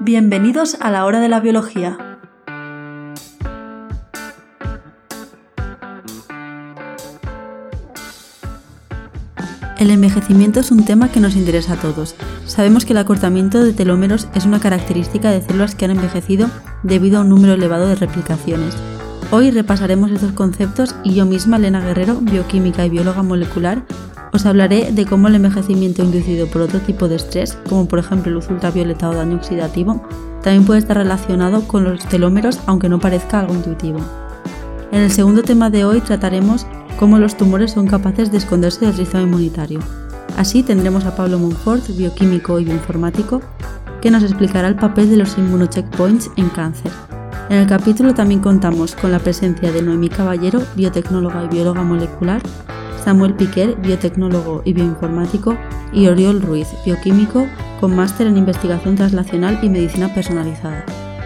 Bienvenidos a la hora de la biología. El envejecimiento es un tema que nos interesa a todos. Sabemos que el acortamiento de telómeros es una característica de células que han envejecido debido a un número elevado de replicaciones. Hoy repasaremos estos conceptos y yo misma, Elena Guerrero, bioquímica y bióloga molecular, os hablaré de cómo el envejecimiento inducido por otro tipo de estrés, como por ejemplo luz ultravioleta o daño oxidativo, también puede estar relacionado con los telómeros, aunque no parezca algo intuitivo. En el segundo tema de hoy trataremos cómo los tumores son capaces de esconderse del sistema inmunitario. Así tendremos a Pablo Monfort, bioquímico y bioinformático, que nos explicará el papel de los inmunocheckpoints en cáncer. En el capítulo también contamos con la presencia de Noemí Caballero, biotecnóloga y bióloga molecular, Samuel Piquer, biotecnólogo y bioinformático, y Oriol Ruiz, bioquímico con máster en investigación translacional y medicina personalizada.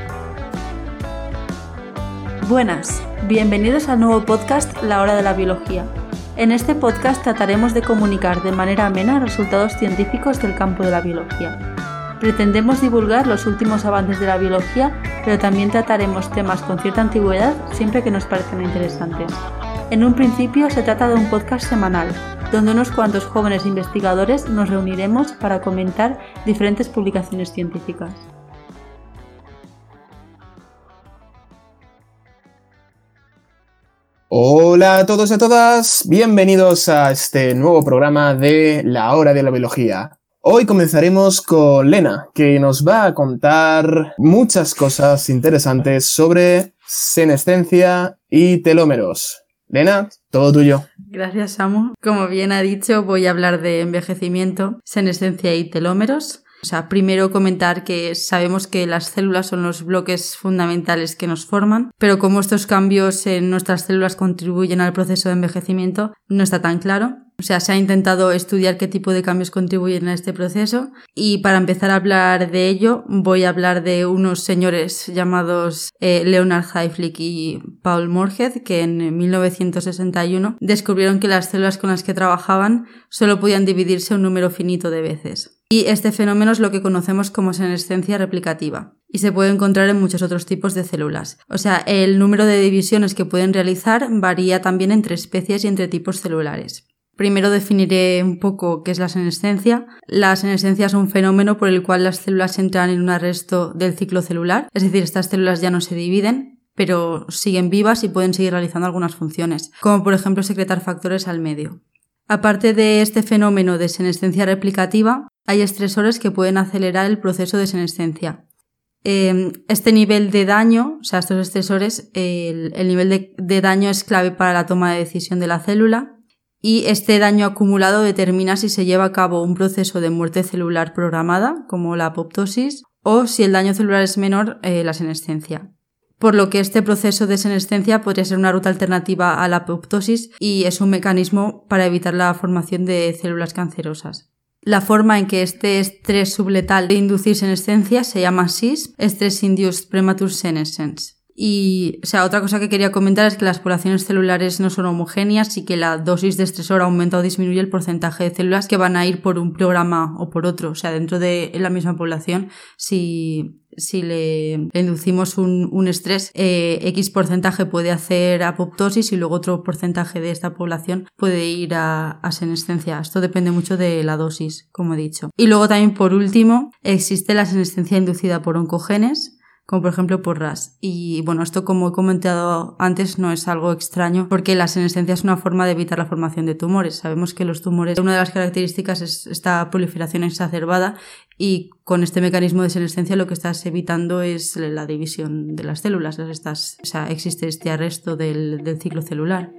Buenas, bienvenidos al nuevo podcast La Hora de la Biología. En este podcast trataremos de comunicar de manera amena resultados científicos del campo de la biología. Pretendemos divulgar los últimos avances de la biología, pero también trataremos temas con cierta antigüedad siempre que nos parezcan interesantes. En un principio se trata de un podcast semanal, donde unos cuantos jóvenes investigadores nos reuniremos para comentar diferentes publicaciones científicas. Hola a todos y a todas, bienvenidos a este nuevo programa de La Hora de la Biología. Hoy comenzaremos con Lena, que nos va a contar muchas cosas interesantes sobre senescencia y telómeros. Lena, todo tuyo. Gracias, Samu. Como bien ha dicho, voy a hablar de envejecimiento, senescencia y telómeros. Primero comentar que sabemos que las células son los bloques fundamentales que nos forman, pero cómo estos cambios en nuestras células contribuyen al proceso de envejecimiento no está tan claro. Se ha intentado estudiar qué tipo de cambios contribuyen a este proceso y para empezar a hablar de ello voy a hablar de unos señores llamados Leonard Hayflick y Paul Moorhead, que en 1961 descubrieron que las células con las que trabajaban solo podían dividirse un número finito de veces. Y este fenómeno es lo que conocemos como senescencia replicativa y se puede encontrar en muchos otros tipos de células. El número de divisiones que pueden realizar varía también entre especies y entre tipos celulares. Primero definiré un poco qué es la senescencia. La senescencia es un fenómeno por el cual las células entran en un arresto del ciclo celular, es decir, estas células ya no se dividen, pero siguen vivas y pueden seguir realizando algunas funciones, como por ejemplo secretar factores al medio. Aparte de este fenómeno de senescencia replicativa, hay estresores que pueden acelerar el proceso de senescencia. Este nivel de daño, estos estresores, el nivel de daño es clave para la toma de decisión de la célula y este daño acumulado determina si se lleva a cabo un proceso de muerte celular programada, como la apoptosis, o si el daño celular es menor, la senescencia. Por lo que este proceso de senescencia podría ser una ruta alternativa a la apoptosis y es un mecanismo para evitar la formación de células cancerosas. La forma en que este estrés subletal de inducir senescencia se llama SIS, Stress Induced Premature Senescence. Y, otra cosa que quería comentar es que las poblaciones celulares no son homogéneas y que la dosis de estresor aumenta o disminuye el porcentaje de células que van a ir por un programa o por otro. Dentro de la misma población, si le inducimos un estrés, X porcentaje puede hacer apoptosis y luego otro porcentaje de esta población puede ir a senescencia. Esto depende mucho de la dosis, como he dicho. Y luego también, por último, existe la senescencia inducida por oncogenes, como por ejemplo por RAS. Y esto, como he comentado antes, no es algo extraño porque la senescencia es una forma de evitar la formación de tumores. Sabemos que los tumores, una de las características es esta proliferación exacerbada y con este mecanismo de senescencia lo que estás evitando es la división de las células. Existe este arresto del ciclo celular.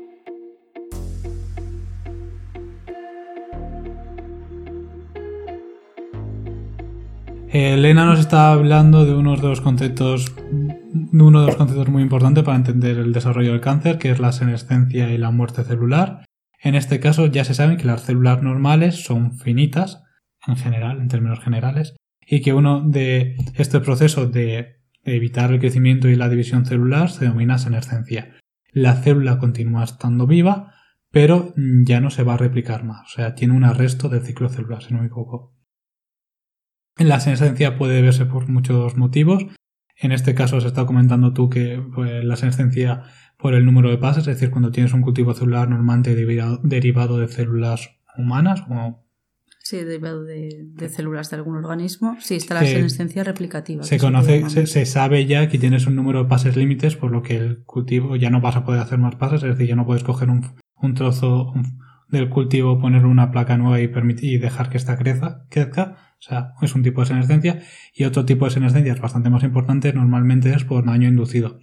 Elena nos está hablando de uno de los conceptos muy importantes para entender el desarrollo del cáncer, que es la senescencia y la muerte celular. En este caso ya se sabe que las células normales son finitas, en general, en términos generales, y que uno de este proceso de evitar el crecimiento y la división celular se denomina senescencia. La célula continúa estando viva, pero ya no se va a replicar más, tiene un arresto del ciclo celular, si no me equivoco. La senescencia puede verse por muchos motivos. En este caso has estado comentando tú que pues, la senescencia por el número de pases, es decir, cuando tienes un cultivo celular normalmente derivado de células humanas o... Sí, derivado de células de algún organismo. Sí, está la senescencia replicativa. Se sabe ya que tienes un número de pases límites, por lo que el cultivo ya no vas a poder hacer más pases, es decir, ya no puedes coger un trozo del cultivo, ponerle una placa nueva y dejar que esta crezca. O sea, es un tipo de senescencia. Y otro tipo de senescencia es bastante más importante, normalmente es por daño inducido.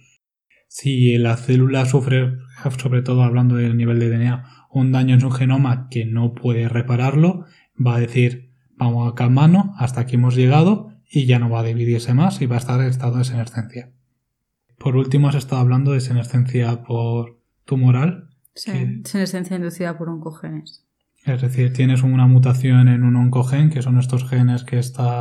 Si la célula sufre, sobre todo hablando del nivel de DNA, un daño en su genoma que no puede repararlo, va a decir, vamos a calmarnos, hasta aquí hemos llegado y ya no va a dividirse más y va a estar en estado de senescencia. Por último, has estado hablando de senescencia por tumoral. Sí, senescencia inducida por oncogenes. Es decir, tienes una mutación en un oncogen, que son estos genes que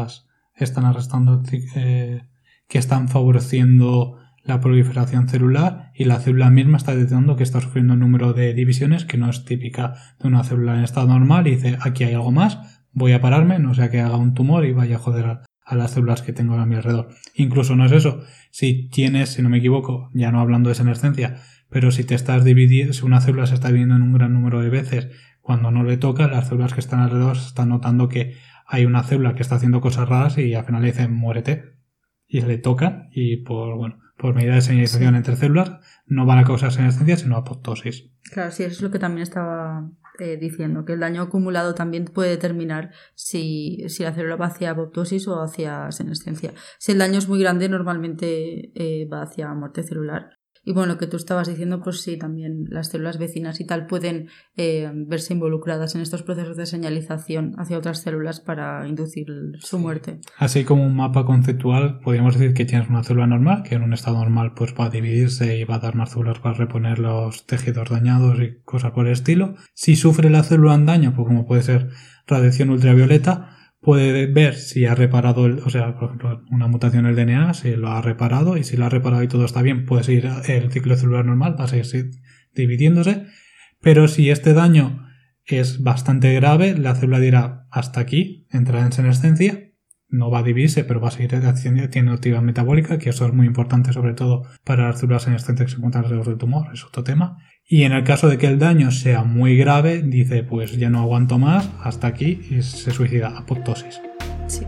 están arrestando, que están favoreciendo la proliferación celular, y la célula misma está detectando que está sufriendo un número de divisiones que no es típica de una célula en estado normal y dice, aquí hay algo más, voy a pararme, no sea que haga un tumor y vaya a joder a las células que tengo a mi alrededor. Incluso no es eso, si tienes, si no me equivoco, ya no hablando de senescencia, pero si te estás dividiendo, si una célula se está dividiendo en un gran número de veces, cuando no le toca, las células que están alrededor están notando que hay una célula que está haciendo cosas raras y al final le dicen muérete, y le tocan y por medida de señalización entre células no van a causar senescencia sino apoptosis. Claro, sí, eso es lo que también estaba diciendo, que el daño acumulado también puede determinar si la célula va hacia apoptosis o hacia senescencia. Si el daño es muy grande, normalmente va hacia muerte celular. Y bueno, lo que tú estabas diciendo, pues sí, también las células vecinas y tal pueden verse involucradas en estos procesos de señalización hacia otras células para inducir su muerte. Así como un mapa conceptual, podríamos decir que tienes una célula normal, que en un estado normal pues va a dividirse y va a dar más células para reponer los tejidos dañados y cosas por el estilo. Si sufre la célula un daño, pues como puede ser radiación ultravioleta, puede ver si ha reparado, por ejemplo, una mutación en el DNA, si lo ha reparado, y si lo ha reparado y todo está bien, puede seguir el ciclo celular normal, va a seguir dividiéndose, pero si este daño es bastante grave, la célula dirá hasta aquí, entrará en senescencia, no va a dividirse, pero va a seguir tiene actividad metabólica, que eso es muy importante sobre todo para las células senescentes que se encuentran alrededor del tumor, es otro tema. Y en el caso de que el daño sea muy grave, dice pues ya no aguanto más, hasta aquí, y se suicida, apoptosis. Sí.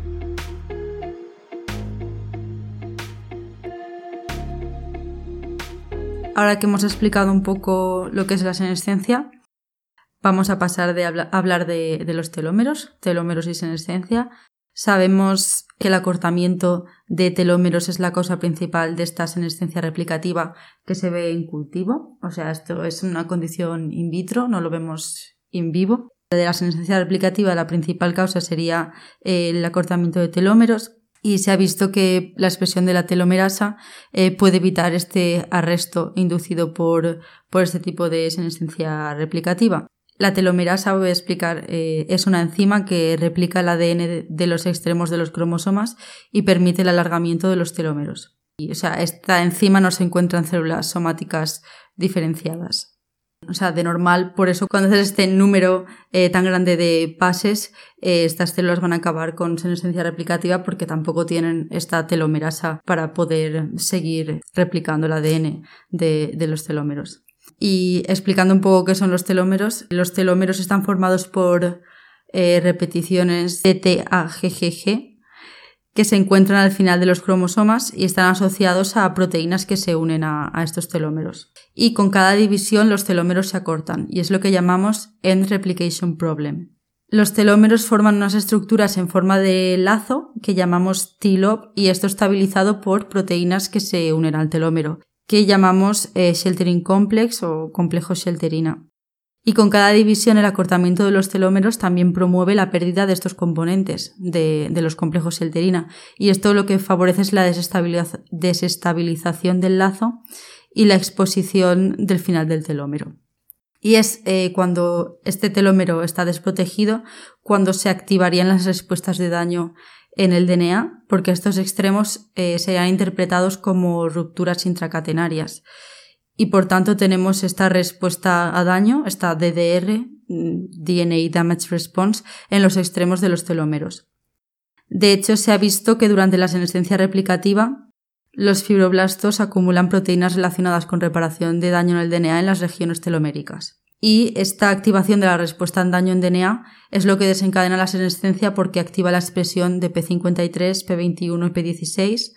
Ahora que hemos explicado un poco lo que es la senescencia, vamos a pasar de hablar de los telómeros y senescencia. Sabemos que el acortamiento de telómeros es la causa principal de esta senescencia replicativa que se ve en cultivo. O sea, esto es una condición in vitro, no lo vemos in vivo. De la senescencia replicativa, la principal causa sería el acortamiento de telómeros, y se ha visto que la expresión de la telomerasa puede evitar este arresto inducido por este tipo de senescencia replicativa. La telomerasa, voy a explicar, es una enzima que replica el ADN de los extremos de los cromosomas y permite el alargamiento de los telómeros. O sea, esta enzima no se encuentra en células somáticas diferenciadas. O sea, de normal, por eso cuando haces este número tan grande de pases, estas células van a acabar con senescencia replicativa porque tampoco tienen esta telomerasa para poder seguir replicando el ADN de los telómeros. Y explicando un poco qué son los telómeros están formados por repeticiones de TAGGG que se encuentran al final de los cromosomas y están asociados a proteínas que se unen a estos telómeros. Y con cada división los telómeros se acortan, y es lo que llamamos End Replication Problem. Los telómeros forman unas estructuras en forma de lazo que llamamos T-loop, y esto estabilizado por proteínas que se unen al telómero, que llamamos Sheltering Complex o complejo Shelterina. Y con cada división el acortamiento de los telómeros también promueve la pérdida de estos componentes de los complejos Shelterina, y esto lo que favorece es la desestabilización del lazo y la exposición del final del telómero. Y es cuando este telómero está desprotegido cuando se activarían las respuestas de daño en el DNA, porque estos extremos serían interpretados como rupturas intracatenarias. Y por tanto tenemos esta respuesta a daño, esta DDR, DNA Damage Response, en los extremos de los telómeros. De hecho, se ha visto que durante la senescencia replicativa los fibroblastos acumulan proteínas relacionadas con reparación de daño en el DNA en las regiones teloméricas. Y esta activación de la respuesta en daño en DNA es lo que desencadena la senescencia porque activa la expresión de P53, P21 y P16.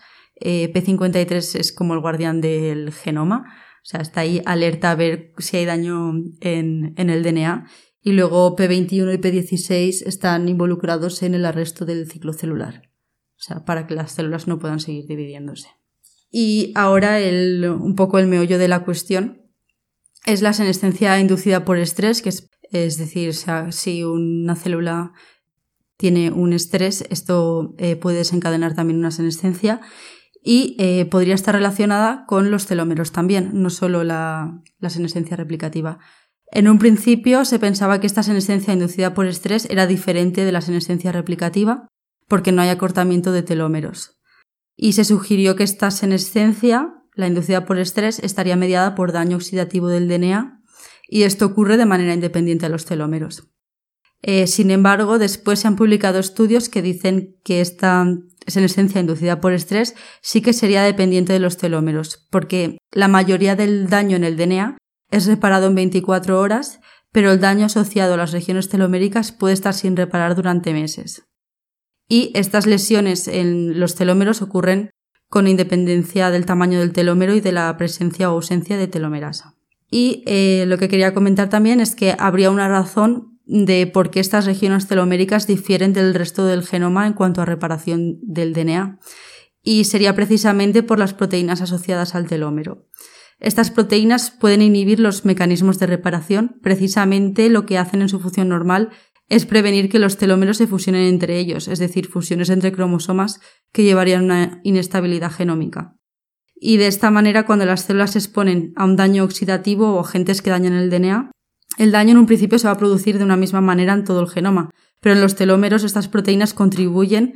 P53 es como el guardián del genoma, o sea, está ahí alerta a ver si hay daño en el DNA. Y luego P21 y P16 están involucrados en el arresto del ciclo celular, o sea, para que las células no puedan seguir dividiéndose. Y ahora un poco el meollo de la cuestión es la senescencia inducida por estrés, que es decir, o sea, si una célula tiene un estrés, esto puede desencadenar también una senescencia y podría estar relacionada con los telómeros también, no solo la senescencia replicativa. En un principio se pensaba que esta senescencia inducida por estrés era diferente de la senescencia replicativa porque no hay acortamiento de telómeros. Y se sugirió que esta senescencia, la inducida por estrés, estaría mediada por daño oxidativo del DNA y esto ocurre de manera independiente a los telómeros. Sin embargo, después se han publicado estudios que dicen que esta senescencia inducida por estrés sí que sería dependiente de los telómeros, porque la mayoría del daño en el DNA es reparado en 24 horas, pero el daño asociado a las regiones teloméricas puede estar sin reparar durante meses. Y estas lesiones en los telómeros ocurren con independencia del tamaño del telómero y de la presencia o ausencia de telomerasa. Y lo que quería comentar también es que habría una razón de por qué estas regiones teloméricas difieren del resto del genoma en cuanto a reparación del DNA, y sería precisamente por las proteínas asociadas al telómero. Estas proteínas pueden inhibir los mecanismos de reparación. Precisamente lo que hacen en su función normal es prevenir que los telómeros se fusionen entre ellos, es decir, fusiones entre cromosomas que llevarían a una inestabilidad genómica. Y de esta manera, cuando las células se exponen a un daño oxidativo o agentes que dañan el DNA, el daño en un principio se va a producir de una misma manera en todo el genoma, pero en los telómeros estas proteínas contribuyen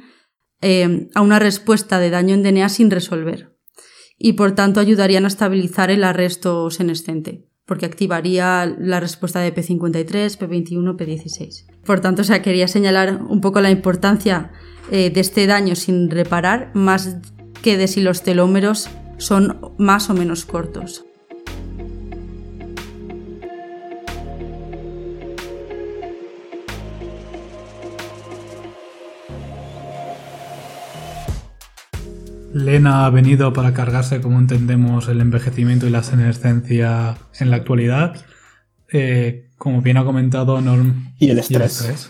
a una respuesta de daño en DNA sin resolver y por tanto ayudarían a estabilizar el arresto senescente, porque activaría la respuesta de P53, P21, P16. Por tanto, quería señalar un poco la importancia de este daño sin reparar, más que de si los telómeros son más o menos cortos. Lena ha venido para cargarse, como entendemos, el envejecimiento y la senescencia en la actualidad. Como bien ha comentado, y el estrés.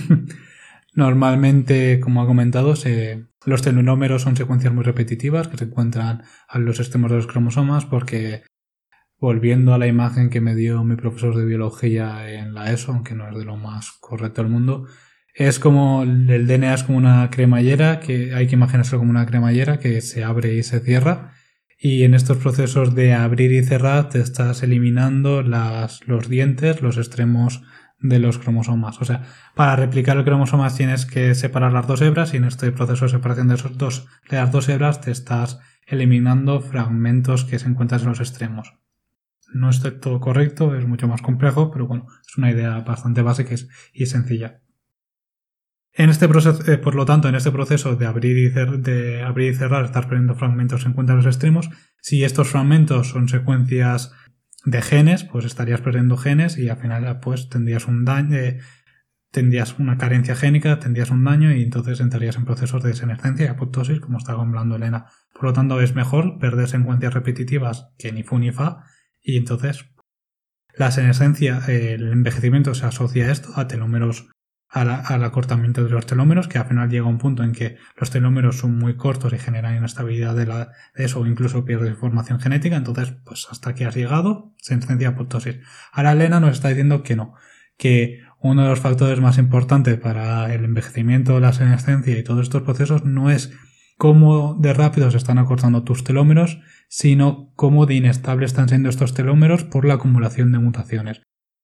Normalmente, como ha comentado, los telómeros son secuencias muy repetitivas que se encuentran a los extremos de los cromosomas porque, volviendo a la imagen que me dio mi profesor de biología en la ESO, aunque no es de lo más correcto del mundo, es como el DNA es como una cremallera, que hay que imaginarse como una cremallera que se abre y se cierra, y en estos procesos de abrir y cerrar te estás eliminando los dientes, los extremos de los cromosomas. O sea, para replicar el cromosoma tienes que separar las dos hebras y en este proceso de separación de las dos hebras te estás eliminando fragmentos que se encuentran en los extremos. No es todo correcto, es mucho más complejo, pero bueno, es una idea bastante básica y sencilla. En este proceso, por lo tanto, en este proceso de abrir y cerrar, estás perdiendo fragmentos que se encuentran en los extremos. Si estos fragmentos son secuencias de genes, pues estarías perdiendo genes y al final pues tendrías un daño, tendrías una carencia génica, tendrías un daño y entonces entrarías en procesos de senescencia y apoptosis, como estaba hablando Elena. Por lo tanto, es mejor perder secuencias repetitivas que ni fu ni fa, y entonces la senescencia, el envejecimiento se asocia a esto, a telómeros, al acortamiento de los telómeros, que al final llega a un punto en que los telómeros son muy cortos y generan inestabilidad de eso, o incluso pierdes información genética. Entonces, pues hasta aquí has llegado, senescencia y apoptosis. Ahora Elena nos está diciendo que no, que uno de los factores más importantes para el envejecimiento, la senescencia y todos estos procesos no es cómo de rápido se están acortando tus telómeros, sino cómo de inestables están siendo estos telómeros por la acumulación de mutaciones.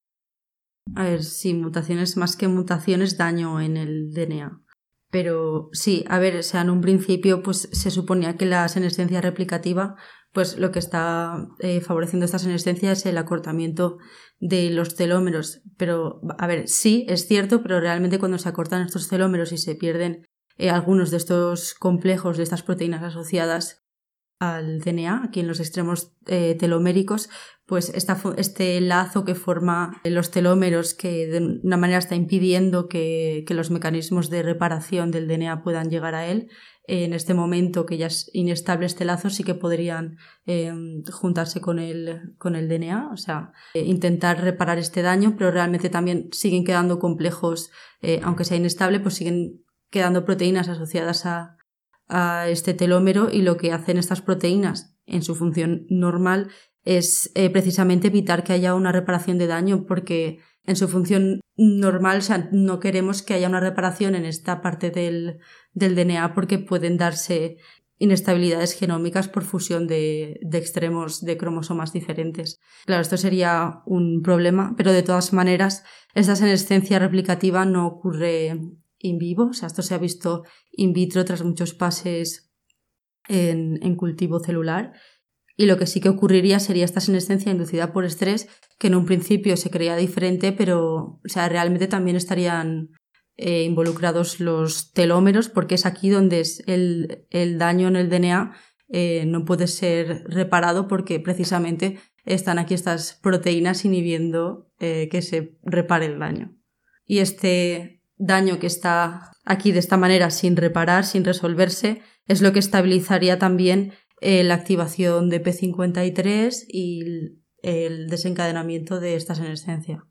A ver, sí, mutaciones más que mutaciones, daño en el DNA. Pero sí, a ver, o sea, en un principio pues se suponía que la senescencia replicativa, pues lo que está favoreciendo esta senescencia es el acortamiento de los telómeros. Pero, a ver, sí, es cierto, pero realmente cuando se acortan estos telómeros y se pierden algunos de estos complejos, de estas proteínas asociadas al DNA, aquí en los extremos teloméricos, pues este lazo que forma los telómeros, que de una manera está impidiendo que los mecanismos de reparación del DNA puedan llegar a él. En este momento que ya es inestable este lazo, sí que podrían juntarse con el DNA, o sea, intentar reparar este daño, pero realmente también siguen quedando complejos, aunque sea inestable, pues siguen quedando proteínas asociadas a este telómero, y lo que hacen estas proteínas en su función normal es precisamente evitar que haya una reparación de daño, porque en su función normal, o sea, no queremos que haya una reparación en esta parte del DNA, porque pueden darse inestabilidades genómicas por fusión de extremos de cromosomas diferentes. Claro, esto sería un problema, pero de todas maneras esta senescencia replicativa no ocurre in vivo, o sea, esto se ha visto in vitro tras muchos pases en cultivo celular, y lo que sí que ocurriría sería esta senescencia inducida por estrés, que en un principio se creía diferente, pero o sea, realmente también estarían involucrados los telómeros, porque es aquí donde es el daño en el DNA no puede ser reparado, porque precisamente están aquí estas proteínas inhibiendo que se repare el daño. Y este daño que está aquí de esta manera sin reparar, sin resolverse, es lo que estabilizaría también la activación de P53 y el desencadenamiento de esta senescencia.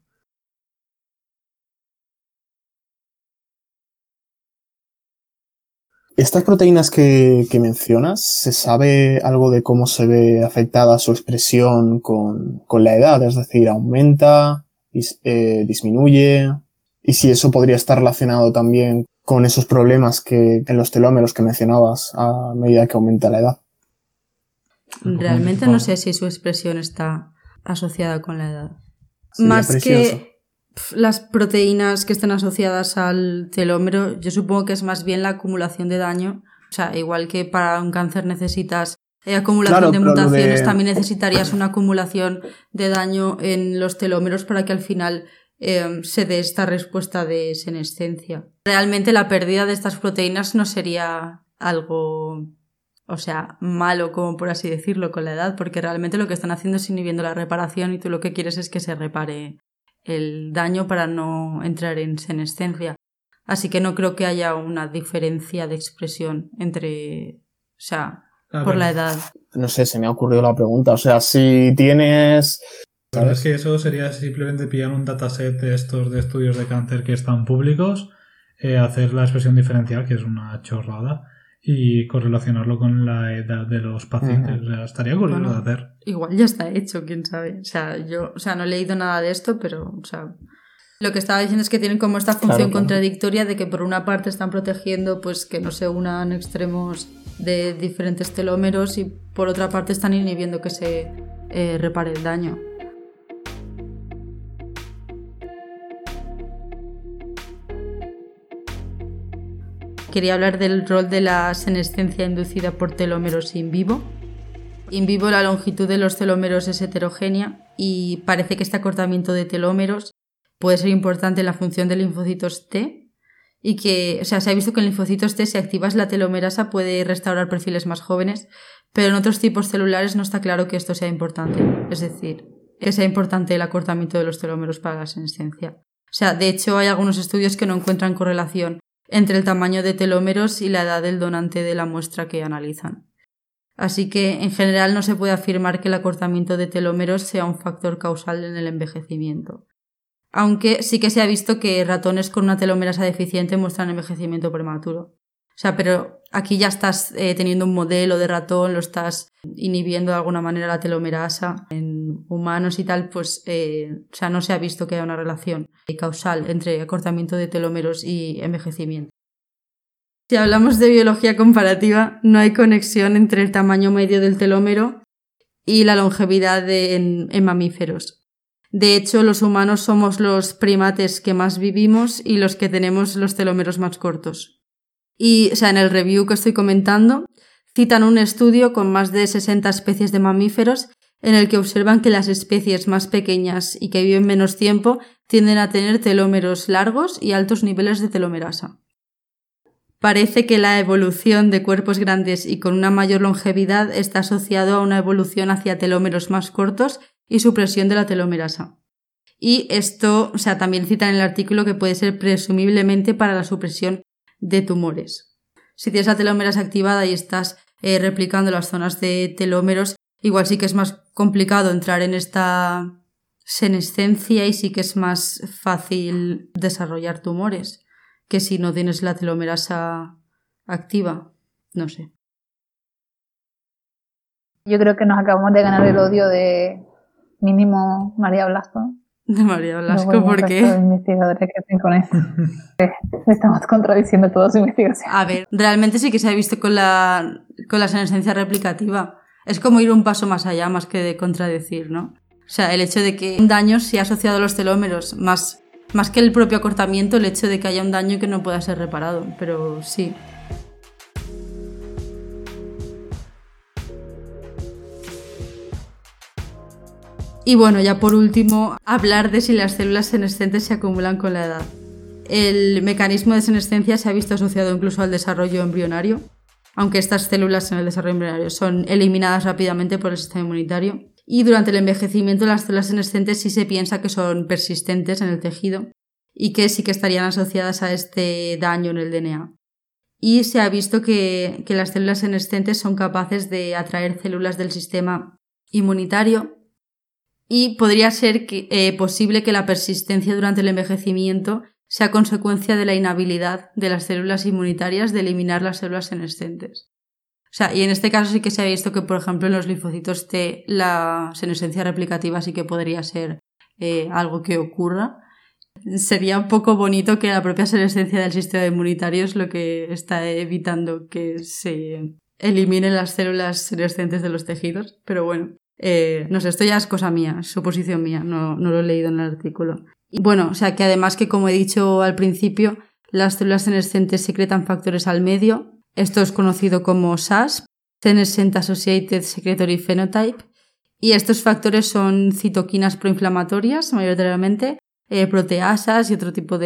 Estas proteínas que mencionas, ¿se sabe algo de cómo se ve afectada su expresión con la edad? Es decir, ¿aumenta, disminuye? Y si eso podría estar relacionado también con esos problemas que en los telómeros que mencionabas a medida que aumenta la edad. Realmente no sé si su expresión está asociada con la edad. Sería Más precioso. que las proteínas que están asociadas al telómero, yo supongo que es más bien la acumulación de daño. O sea, igual que para un cáncer necesitas acumulación de mutaciones, también necesitarías una acumulación de daño en los telómeros para que al final se dé esta respuesta de senescencia. Realmente la pérdida de estas proteínas no sería algo, o sea, malo, como por así decirlo, con la edad, porque realmente lo que están haciendo es inhibiendo la reparación, y tú lo que quieres es que se repare el daño para no entrar en senescencia. Así que no creo que haya una diferencia de expresión entre, o sea, por la edad. No sé, se me ha ocurrido la pregunta. O sea, si tienes... Pero es que eso sería simplemente pillar un dataset de estos de estudios de cáncer que están públicos, hacer la expresión diferencial, que es una chorrada, y correlacionarlo con la edad de los pacientes. O sea, estaría curioso de hacer. Igual ya está hecho, quién sabe. O sea, yo no he leído nada de esto, pero, o sea, lo que estaba diciendo es que tienen como esta función contradictoria de que por una parte están protegiendo pues que no se unan extremos de diferentes telómeros, y por otra parte están inhibiendo que se repare el daño. Quería hablar del rol de la senescencia inducida por telómeros in vivo. In vivo la longitud de los telómeros es heterogénea, y parece que este acortamiento de telómeros puede ser importante en la función de linfocitos T, y que, o sea, se ha visto que en linfocitos T, si activas la telomerasa, puede restaurar perfiles más jóvenes, pero en otros tipos celulares no está claro que esto sea importante, es decir, que sea importante el acortamiento de los telómeros para la senescencia. O sea, de hecho hay algunos estudios que no encuentran correlación entre el tamaño de telómeros y la edad del donante de la muestra que analizan. Así que, en general, no se puede afirmar que el acortamiento de telómeros sea un factor causal en el envejecimiento. Aunque sí que se ha visto que ratones con una telomerasa deficiente muestran envejecimiento prematuro. O sea, pero aquí ya estás teniendo un modelo de ratón, lo estás inhibiendo de alguna manera la telomerasa. En humanos y tal, pues, o sea, no se ha visto que haya una relación causal entre acortamiento de telómeros y envejecimiento. Si hablamos de biología comparativa, no hay conexión entre el tamaño medio del telómero y la longevidad en mamíferos. De hecho, los humanos somos los primates que más vivimos y los que tenemos los telómeros más cortos. Y, o sea, en el review que estoy comentando, citan un estudio con más de 60 especies de mamíferos en el que observan que las especies más pequeñas y que viven menos tiempo tienden a tener telómeros largos y altos niveles de telomerasa. parece que la evolución de cuerpos grandes y con una mayor longevidad está asociado a una evolución hacia telómeros más cortos y supresión de la telomerasa. Y esto, también citan en el artículo que puede ser presumiblemente para la supresión de tumores. Si tienes la telomerasa activada y estás replicando las zonas de telómeros, igual sí que es más complicado entrar en esta senescencia y sí que es más fácil desarrollar tumores que si no tienes la telomerasa activa. No sé. Yo creo que nos acabamos de ganar el odio de mínimo María Blasco. De María Blasco, ¿por qué? Los investigadores que estén con eso. Estamos contradiciendo toda su investigación. A ver, realmente sí que se ha visto con la senescencia replicativa. Es como ir un paso más allá, más que de contradecir, ¿no? O sea, el hecho de que un daño se ha asociado a los telómeros, más que el propio acortamiento, el hecho de que haya un daño que no pueda ser reparado, pero sí. Y bueno, ya por último, hablar de si las células senescentes se acumulan con la edad. El mecanismo de senescencia se ha visto asociado incluso al desarrollo embrionario, aunque estas células en el desarrollo embrionario son eliminadas rápidamente por el sistema inmunitario. Y durante el envejecimiento las células senescentes sí se piensa que son persistentes en el tejido y que sí que estarían asociadas a este daño en el DNA. Y se ha visto que las células senescentes son capaces de atraer células del sistema inmunitario y podría ser posible que la persistencia durante el envejecimiento sea consecuencia de la inhabilidad de las células inmunitarias de eliminar las células senescentes. Y en este caso sí que se ha visto que, por ejemplo, en los linfocitos T la senescencia replicativa sí que podría ser algo que ocurra. Sería un poco bonito que la propia senescencia del sistema inmunitario es lo que está evitando que se eliminen las células senescentes de los tejidos, pero bueno. No sé, esto ya es cosa mía, es suposición mía, no lo he leído en el artículo. Y bueno, que además que, como he dicho al principio, las células senescentes secretan factores al medio. Esto es conocido como SASP, Senescent Associated Secretory Phenotype, y estos factores son citoquinas proinflamatorias, mayoritariamente, proteasas y otro tipo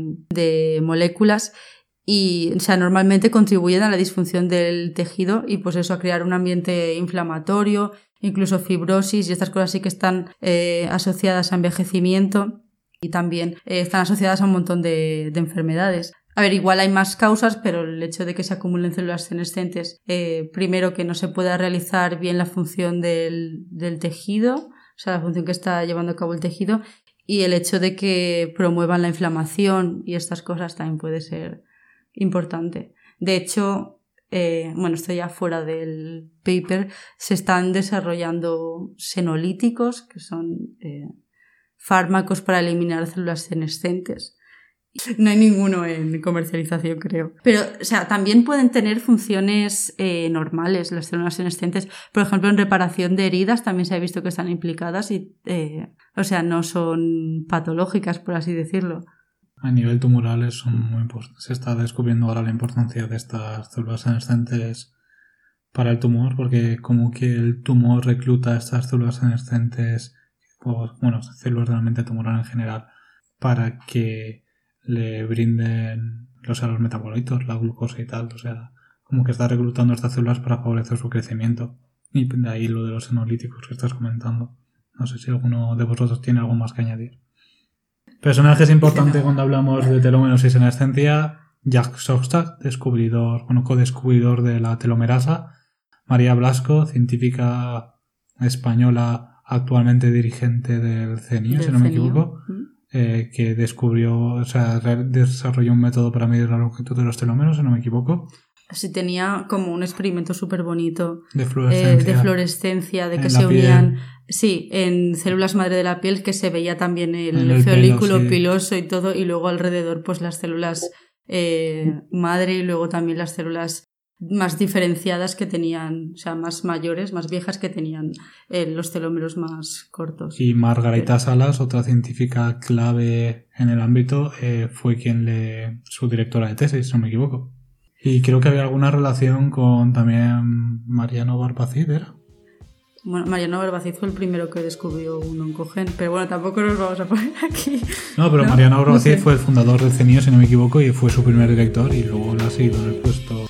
de moléculas, y normalmente contribuyen a la disfunción del tejido y pues eso, a crear un ambiente inflamatorio, incluso fibrosis, y estas cosas sí que están asociadas a envejecimiento y también están asociadas a un montón de enfermedades. A ver, igual hay más causas, pero el hecho de que se acumulen células senescentes, primero que no se pueda realizar bien la función del tejido, la función que está llevando a cabo el tejido, y el hecho de que promuevan la inflamación y estas cosas también puede ser importante. De hecho, esto ya fuera del paper, se están desarrollando senolíticos, que son fármacos para eliminar células senescentes. No hay ninguno en comercialización, creo. Pero, también pueden tener funciones normales las células senescentes. Por ejemplo, en reparación de heridas también se ha visto que están implicadas y, no son patológicas, por así decirlo. A nivel tumoral son muy importantes. Se está descubriendo ahora la importancia de estas células senescentes para el tumor, porque como que el tumor recluta estas células senescentes, células realmente tumorales en general, para que le brinden los metabolitos, la glucosa y tal. Como que está reclutando estas células para favorecer su crecimiento. Y de ahí lo de los senolíticos que estás comentando. No sé si alguno de vosotros tiene algo más que añadir. Personajes importantes cuando hablamos de telómeros y senescencia: Jacques Shostak, co-descubridor de la telomerasa; María Blasco, científica española actualmente dirigente del CNIO, si no me equivoco, que desarrolló un método para medir la longitud de los telómeros, si no me equivoco. Sí, tenía como un experimento súper bonito de fluorescencia, de que se unían, en células madre de la piel, que se veía también el folículo piloso y todo, y luego alrededor pues las células madre y luego también las células más diferenciadas que tenían, más mayores, más viejas, que tenían los telómeros más cortos. Y Margarita Salas, otra científica clave en el ámbito, fue su directora de tesis, si no me equivoco. Y creo que había alguna relación con también Mariano Barbacid, ¿era? Bueno, Mariano Barbacid fue el primero que descubrió un oncogen, pero bueno, tampoco nos vamos a poner aquí. No, pero Mariano Barbacid fue el fundador del CNIO, si no me equivoco, y fue su primer director y luego lo ha seguido en el puesto.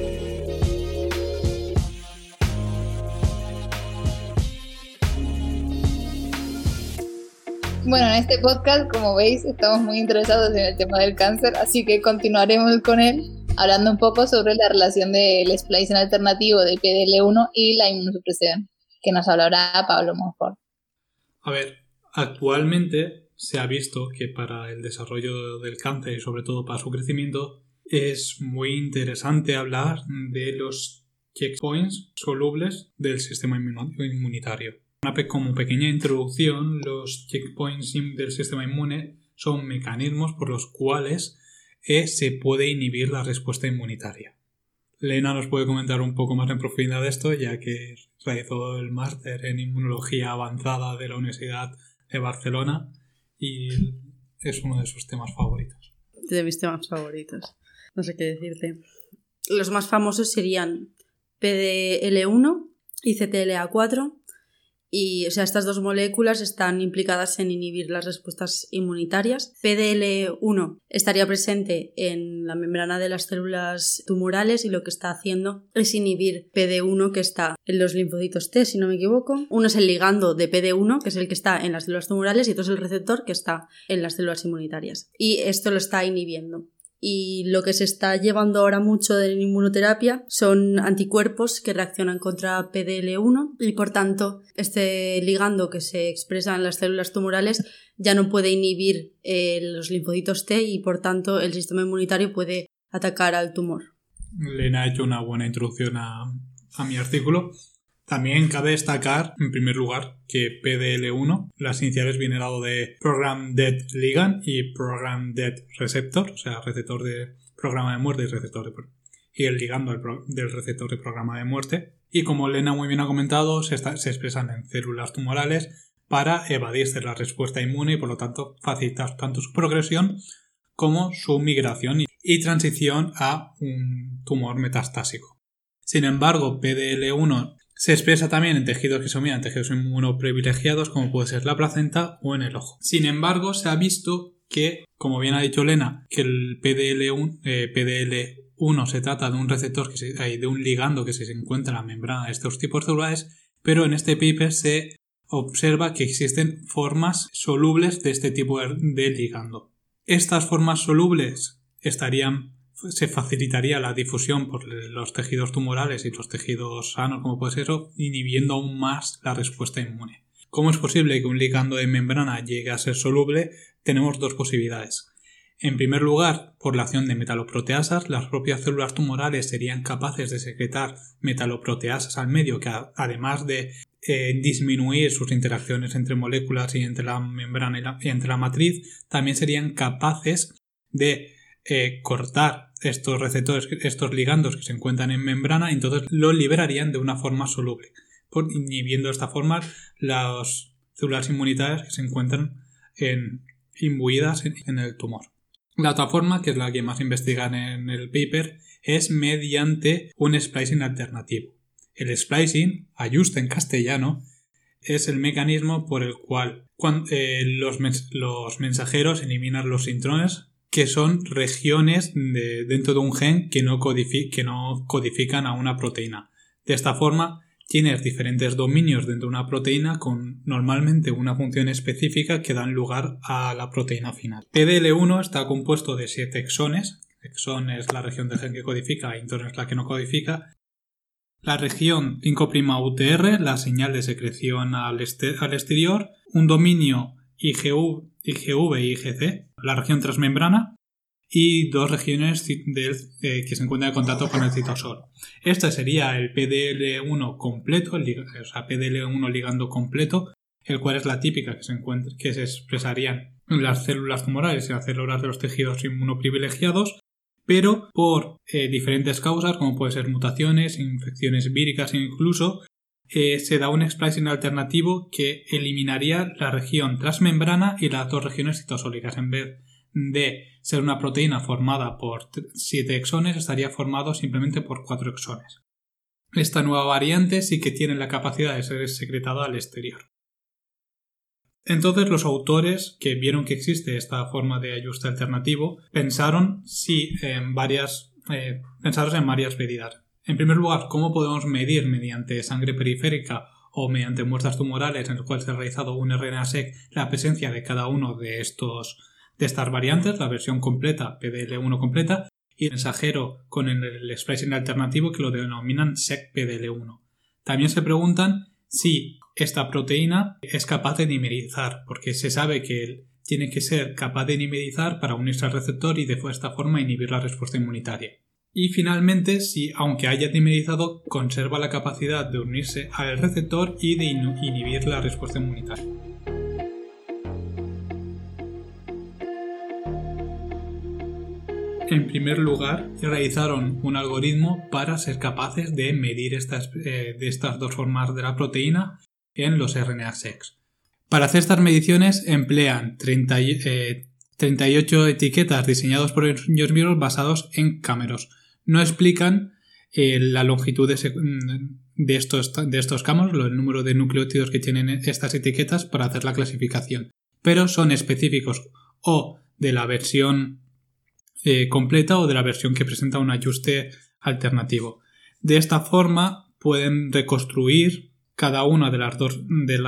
Bueno, en este podcast, como veis, estamos muy interesados en el tema del cáncer, así que continuaremos con él, hablando un poco sobre la relación del splicing alternativo de PDL1 y la inmunosupresión, que nos hablará Pablo Monfort. A ver, actualmente se ha visto que para el desarrollo del cáncer y sobre todo para su crecimiento es muy interesante hablar de los checkpoints solubles del sistema inmunitario. Como pequeña introducción, los checkpoints del sistema inmune son mecanismos por los cuales se puede inhibir la respuesta inmunitaria. Lena nos puede comentar un poco más en profundidad de esto, ya que realizó el máster en inmunología avanzada de la Universidad de Barcelona y es uno de sus temas favoritos. De mis temas favoritos. No sé qué decirte. Los más famosos serían PDL1 y CTLA4. Y, o sea, estas dos moléculas están implicadas en inhibir las respuestas inmunitarias. PDL1 estaría presente en la membrana de las células tumorales y lo que está haciendo es inhibir PD1 que está en los linfocitos T, si no me equivoco. Uno es el ligando de PD1, que es el que está en las células tumorales, y otro es el receptor que está en las células inmunitarias. Y esto lo está inhibiendo. Y lo que se está llevando ahora mucho en inmunoterapia son anticuerpos que reaccionan contra PDL1 y por tanto este ligando que se expresa en las células tumorales ya no puede inhibir los linfocitos T y por tanto el sistema inmunitario puede atacar al tumor. Lena ha hecho una buena introducción a mi artículo. También cabe destacar, en primer lugar, que PDL1, las iniciales vienen dado de Program Dead Ligand y Program Dead Receptor, o sea, receptor de programa de muerte y receptor y el ligando del receptor de programa de muerte. Y como Lena muy bien ha comentado, se expresan en células tumorales para evadirse la respuesta inmune y por lo tanto facilitar tanto su progresión como su migración y transición a un tumor metastásico. Sin embargo, PDL1 se expresa también en tejidos que son tejidos inmunoprivilegiados como puede ser la placenta o en el ojo. Sin embargo, se ha visto que, como bien ha dicho Lena, que el PDL1 se trata de un receptor, de un ligando que se encuentra en la membrana de estos tipos celulares, pero en este paper se observa que existen formas solubles de este tipo de ligando. Estas formas solubles se facilitaría la difusión por los tejidos tumorales y los tejidos sanos, como puede ser eso, inhibiendo aún más la respuesta inmune. ¿Cómo es posible que un ligando de membrana llegue a ser soluble? Tenemos dos posibilidades. En primer lugar, por la acción de metaloproteasas, las propias células tumorales serían capaces de secretar metaloproteasas al medio que, además de disminuir sus interacciones entre moléculas y entre la membrana y entre la matriz, también serían capaces de cortar estos receptores, estos ligandos que se encuentran en membrana, y entonces los liberarían de una forma soluble, inhibiendo de esta forma las células inmunitarias que se encuentran imbuidas en el tumor. La otra forma, que es la que más investigan en el paper, es mediante un splicing alternativo. El splicing, ajuste en castellano, es el mecanismo por el cual los mensajeros eliminan los intrones, que son regiones dentro de un gen que no codifican a una proteína. De esta forma, tienes diferentes dominios dentro de una proteína con normalmente una función específica que dan lugar a la proteína final. PDL1 está compuesto de 7 exones. Exón es la región del gen que codifica, intron es la que no codifica. La región 5'UTR, la señal de secreción al exterior. Un dominio IgV y IgC, la región transmembrana, y dos regiones que se encuentran en contacto con el citosol. Este sería el PDL1 completo, o sea, PDL1 ligando completo, el cual es la típica que se expresarían en las células tumorales y las células de los tejidos inmunoprivilegiados, pero por diferentes causas, como pueden ser mutaciones, infecciones víricas incluso, se da un splicing alternativo que eliminaría la región transmembrana y las dos regiones citosólicas. En vez de ser una proteína formada por 7 exones, estaría formado simplemente por 4 exones. esta nueva variante sí que tiene la capacidad de ser secretada al exterior. Entonces los autores que vieron que existe esta forma de ajuste alternativo pensaron en varias medidas. En primer lugar, ¿cómo podemos medir mediante sangre periférica o mediante muestras tumorales en las cuales se ha realizado un RNA-seq la presencia de cada uno de estas variantes, la versión completa, PDL1 completa, y el mensajero con el splicing alternativo que lo denominan seq-PDL1. También se preguntan si esta proteína es capaz de dimerizar, porque se sabe que tiene que ser capaz de dimerizar para unirse al receptor y de esta forma inhibir la respuesta inmunitaria. Y finalmente, si aunque haya dimerizado, conserva la capacidad de unirse al receptor y de inhibir la respuesta inmunitaria. En primer lugar, realizaron un algoritmo para ser capaces de medir de estas dos formas de la proteína en los RNA-seq. Para hacer estas mediciones emplean 38 etiquetas diseñadas por ellos mismos basados en cámeros. No explican la longitud de estos cámaros, el número de nucleótidos que tienen estas etiquetas para hacer la clasificación, pero son específicos o de la versión completa o de la versión que presenta un ajuste alternativo. De esta forma pueden reconstruir cada una de las dos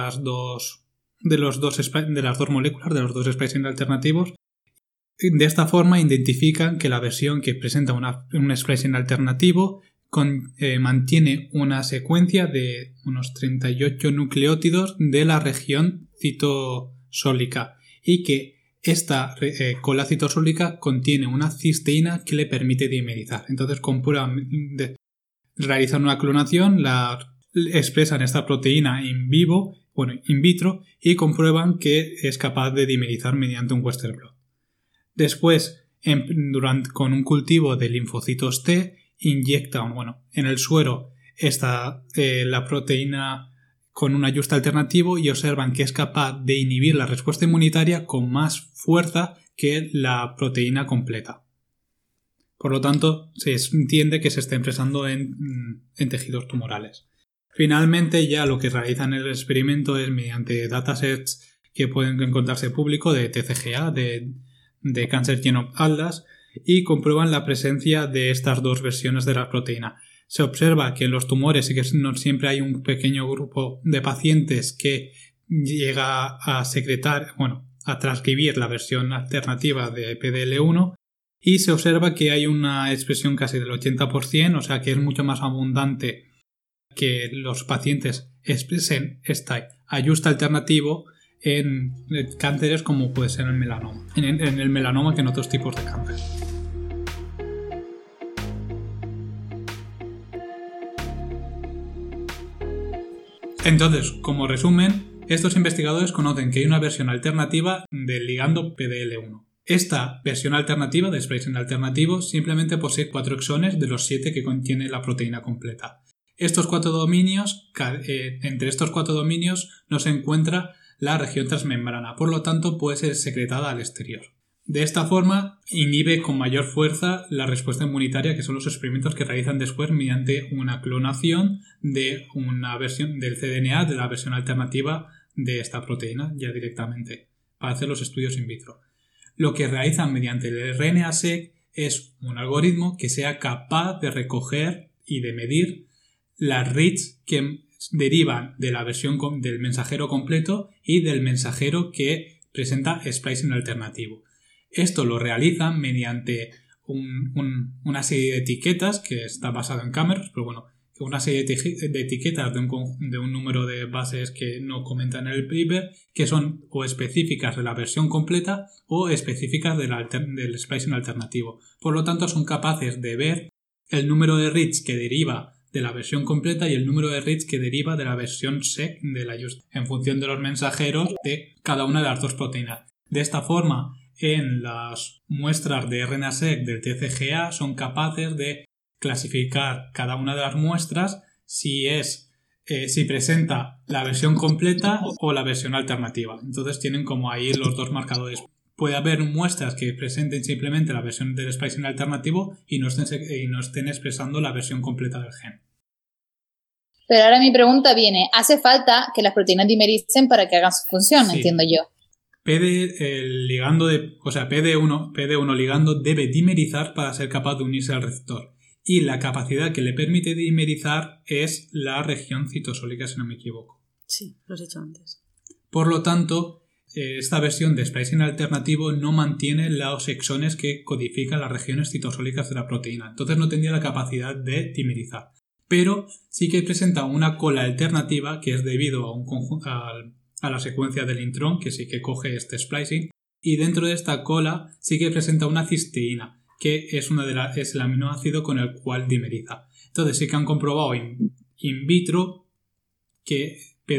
moléculas, de los dos splicing alternativos. De esta forma identifican que la versión que presenta un splicing alternativo mantiene una secuencia de unos 38 nucleótidos de la región citosólica y que esta cola citosólica contiene una cisteína que le permite dimerizar. Entonces realizan una clonación, expresan esta proteína in vitro y comprueban que es capaz de dimerizar mediante un Western blot. Después, con un cultivo de linfocitos T, inyectan en el suero la proteína con un ajuste alternativo y observan que es capaz de inhibir la respuesta inmunitaria con más fuerza que la proteína completa. Por lo tanto, se entiende que se está expresando en tejidos tumorales. Finalmente, ya lo que realizan en el experimento es mediante datasets que pueden encontrarse público de TCGA, de Cancer Genome Atlas, y comprueban la presencia de estas dos versiones de la proteína. Se observa que en los tumores sí que no siempre hay un pequeño grupo de pacientes que llega a a transcribir la versión alternativa de PDL1 y se observa que hay una expresión casi del 80%, o sea que es mucho más abundante que los pacientes expresen este ajuste alternativo en cánceres como puede ser el melanoma, en el melanoma que en otros tipos de cáncer. Entonces, como resumen, estos investigadores conocen que hay una versión alternativa del ligando PDL1. Esta versión alternativa de splicing alternativo simplemente posee 4 exones de los 7 que contiene la proteína completa. Estos 4 dominios, entre estos 4 dominios no se encuentra la región transmembrana, por lo tanto puede ser secretada al exterior. De esta forma, inhibe con mayor fuerza la respuesta inmunitaria, que son los experimentos que realizan después mediante una clonación de una versión del cDNA de la versión alternativa de esta proteína, ya directamente, para hacer los estudios in vitro. Lo que realizan mediante el RNA-seq es un algoritmo que sea capaz de recoger y de medir las reads que derivan de la versión del mensajero completo y del mensajero que presenta splicing alternativo. Esto lo realizan mediante una serie de etiquetas que está basado en cámaras, pero una serie de etiquetas de un número de bases que no comentan en el paper, que son o específicas de la versión completa o específicas del splicing alternativo. Por lo tanto, son capaces de ver el número de reads que deriva de la versión completa y el número de reads que deriva de la versión seq del ajuste, en función de los mensajeros de cada una de las dos proteínas. De esta forma, en las muestras de RNA-seq del TCGA son capaces de clasificar cada una de las muestras si presenta la versión completa o la versión alternativa. Entonces tienen como ahí los dos marcadores. Puede haber muestras que presenten simplemente la versión del splicing alternativo y no estén expresando la versión completa del gen. Pero ahora mi pregunta viene, ¿hace falta que las proteínas dimericen para que hagan su función? Sí. Entiendo yo. el ligando PD1 ligando debe dimerizar para ser capaz de unirse al receptor. Y la capacidad que le permite dimerizar es la región citosólica, si no me equivoco. Sí, lo has dicho antes. Por lo tanto, esta versión de splicing alternativo no mantiene los exones que codifican las regiones citosólicas de la proteína. Entonces no tendría la capacidad de dimerizar. Pero sí que presenta una cola alternativa que es debido a la secuencia del intrón, que sí que coge este splicing. Y dentro de esta cola sí que presenta una cisteína, que es el aminoácido con el cual dimeriza. Entonces sí que han comprobado in vitro que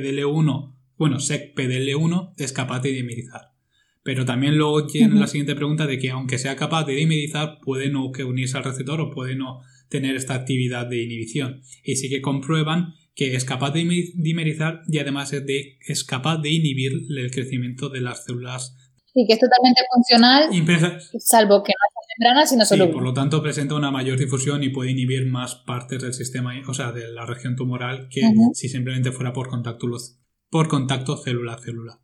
SEC-PDL1 es capaz de dimerizar. Pero también luego tiene la siguiente pregunta de que aunque sea capaz de dimerizar, puede no unirse al receptor o puede no tener esta actividad de inhibición. Y sí que comprueban que es capaz de dimerizar y además es capaz de inhibir el crecimiento de las células. Y que es totalmente funcional, salvo que no es membrana, sino solo. Sí, por lo tanto presenta una mayor difusión y puede inhibir más partes del sistema, o sea, de la región tumoral que si simplemente fuera por contacto célula-célula.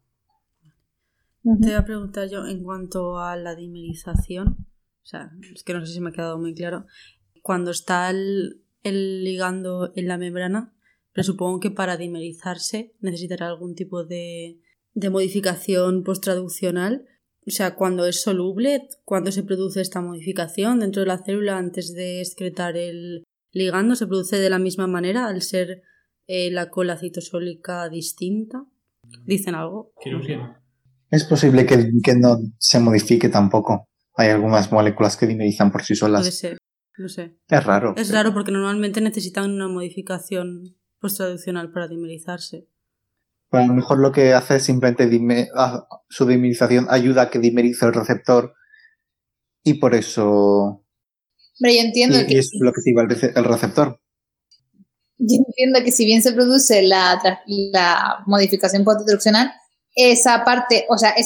Te voy a preguntar yo en cuanto a la dimerización, o sea, es que no sé si me ha quedado muy claro. Cuando está el ligando en la membrana, presupongo que para dimerizarse necesitará algún tipo de modificación posttraduccional. O sea, cuando es soluble, cuando se produce esta modificación dentro de la célula antes de excretar el ligando, ¿se produce de la misma manera al ser la cola citosólica distinta? ¿Dicen algo? Creo que no. Es posible que no se modifique tampoco. Hay algunas moléculas que dimerizan por sí solas. Puede ser, no sé. Es raro. Es raro porque normalmente necesitan una modificación posttraduccional para dimerizarse. Pero a lo mejor lo que hace es simplemente su dimerización ayuda a que dimerice el receptor y por eso... Pero yo entiendo y es lo que activa el receptor. Yo entiendo que si bien se produce la modificación posttraduccional, esa parte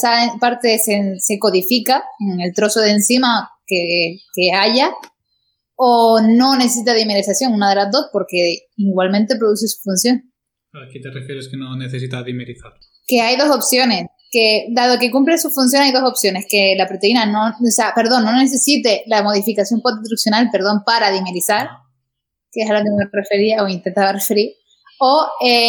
se codifica en el trozo de enzima que haya o no necesita dimerización, una de las dos, porque igualmente produce su función. ¿A qué te refieres que no necesita dimerizar? Que hay dos opciones, que dado que cumple su función hay dos opciones, que la proteína no necesite la modificación posttraduccional, para dimerizar, que es a lo que me refería o intentaba referir, o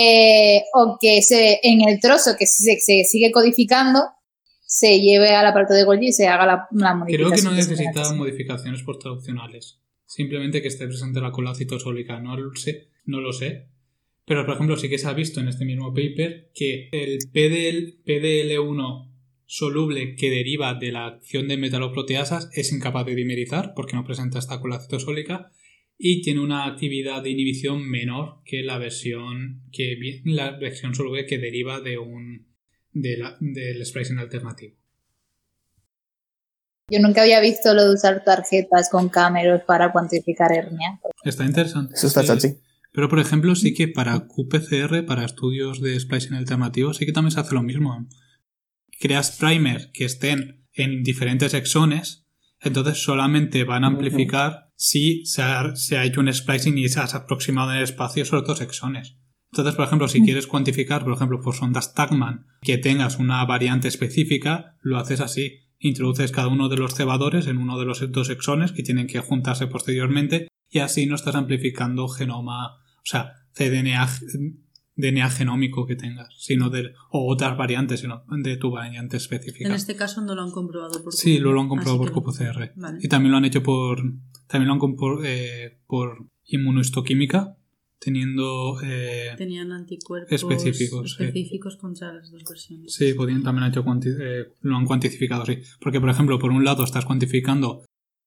que en el trozo que se sigue codificando se lleve al aparato de Golgi y se haga la modificación. Creo que no necesita modificaciones posttraduccionales, simplemente que esté presente la cola citosólica, no lo sé. Pero, por ejemplo, sí que se ha visto en este mismo paper que el PDL1 soluble que deriva de la acción de metaloproteasas es incapaz de dimerizar porque no presenta esta cola citosólica y tiene una actividad de inhibición menor que la versión soluble que deriva del splicing alternativo. Yo nunca había visto lo de usar tarjetas con cámeras para cuantificar hernia. Está interesante. Eso está chachi. Pero, por ejemplo, sí que para qPCR, para estudios de splicing alternativo, sí que también se hace lo mismo. Creas primers que estén en diferentes exones, entonces solamente van a amplificar si se ha hecho un splicing y se ha aproximado en el espacio sobre dos exones. Entonces, por ejemplo, si quieres cuantificar, por ejemplo, por sondas Tagman, que tengas una variante específica, lo haces así. Introduces cada uno de los cebadores en uno de los dos exones que tienen que juntarse posteriormente y así no estás amplificando genoma, o sea, DNA genómico que tengas, o otras variantes, sino de tu variante específica. En este caso no lo han comprobado por Sí, lo han comprobado por qPCR. Vale. Y también lo han hecho por inmunohistoquímica, teniendo tenían anticuerpos específicos contra las dos versiones. Sí, también lo han cuantificado, sí. Porque, por ejemplo, por un lado estás cuantificando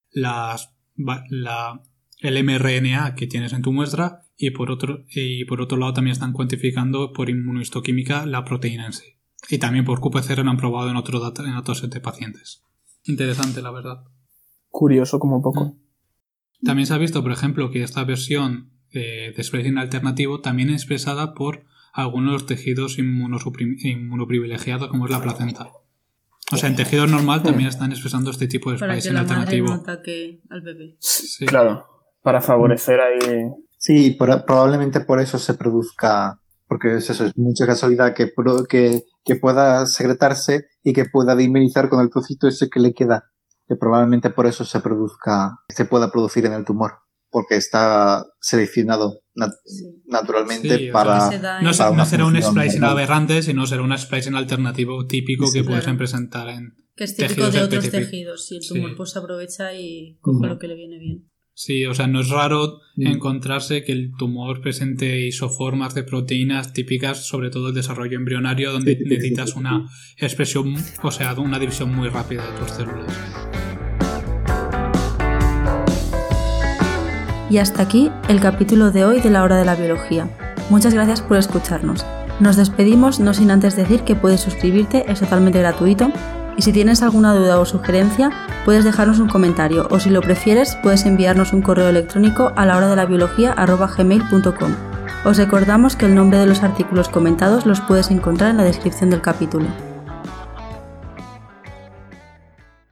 el mRNA que tienes en tu muestra y por otro lado también están cuantificando por inmunohistoquímica la proteína en sí. Y también por qPCR lo han probado en otro set de pacientes. Interesante, la verdad. Curioso como poco. También se ha visto, por ejemplo, que esta versión de splicing alternativo también es expresada por algunos de los tejidos inmunoprivilegiados como es la placenta. O sea, en tejido normal también están expresando este tipo de splicing alternativo. Para que la madre no ataque al bebé. Sí. Claro, para favorecer ahí Sí, probablemente por eso se produzca, porque es eso, es mucha casualidad que pueda secretarse y que pueda dimerizar con el trocito ese que le queda, que probablemente por eso se pueda producir en el tumor, porque está seleccionado naturalmente para... No será un splicing aberrante, sino será un splicing alternativo típico que pueden presentar en que es típico de otros tejidos y el tumor pues se aprovecha y coge lo que le viene bien. Sí, o sea, no es raro encontrarse que el tumor presente isoformas de proteínas típicas, sobre todo el desarrollo embrionario, donde necesitas una expresión, o sea, una división muy rápida de tus células. Y hasta aquí el capítulo de hoy de La Hora de la Biología. Muchas gracias por escucharnos. Nos despedimos no sin antes decir que puedes suscribirte, es totalmente gratuito. Y si tienes alguna duda o sugerencia, puedes dejarnos un comentario o si lo prefieres, puedes enviarnos un correo electrónico a lahoradelabiología@gmail.com. Os recordamos que el nombre de los artículos comentados los puedes encontrar en la descripción del capítulo.